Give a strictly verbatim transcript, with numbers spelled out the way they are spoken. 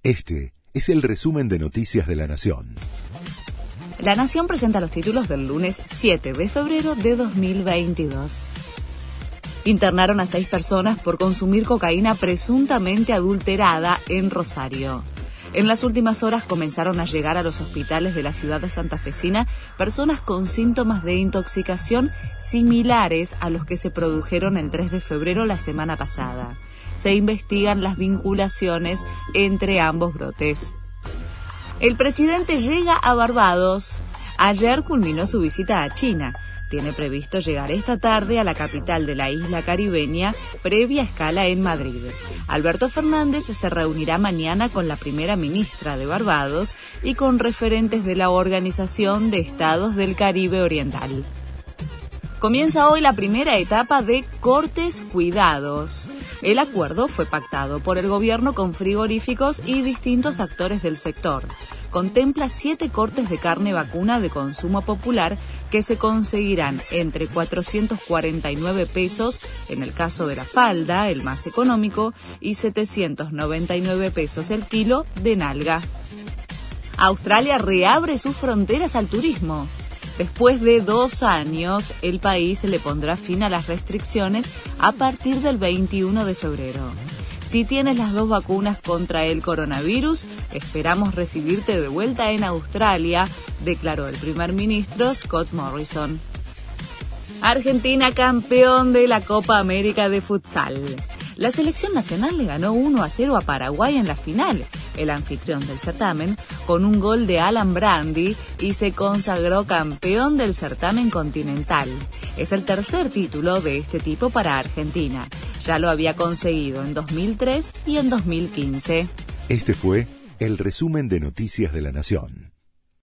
Este es el resumen de Noticias de la Nación. La Nación presenta los títulos del lunes siete de febrero de dos mil veintidós. Internaron a seis personas por consumir cocaína presuntamente adulterada en Rosario. En las últimas horas comenzaron a llegar a los hospitales de la ciudad de santafesina personas con síntomas de intoxicación similares a los que se produjeron en tres de febrero la semana pasada. Se investigan las vinculaciones entre ambos brotes. El presidente llega a Barbados. Ayer culminó su visita a China. Tiene previsto llegar esta tarde a la capital de la isla caribeña, previa escala en Madrid. Alberto Fernández se reunirá mañana con la primera ministra de Barbados y con referentes de la Organización de Estados del Caribe Oriental. Comienza hoy la primera etapa de Cortes Cuidados. El acuerdo fue pactado por el gobierno con frigoríficos y distintos actores del sector. Contempla siete cortes de carne vacuna de consumo popular que se conseguirán entre cuatrocientos cuarenta y nueve pesos en el caso de la falda, el más económico, y setecientos noventa y nueve pesos el kilo de nalga. Australia reabre sus fronteras al turismo. Después de dos años, el país le pondrá fin a las restricciones a partir del veintiuno de febrero. Si tienes las dos vacunas contra el coronavirus, esperamos recibirte de vuelta en Australia, declaró el primer ministro Scott Morrison. Argentina campeón de la Copa América de Futsal. La selección nacional le ganó uno a cero a Paraguay en la final, el anfitrión del certamen, con un gol de Alan Brandi y se consagró campeón del certamen continental. Es el tercer título de este tipo para Argentina. Ya lo había conseguido en dos mil tres y en dos mil quince. Este fue el resumen de Noticias de la Nación.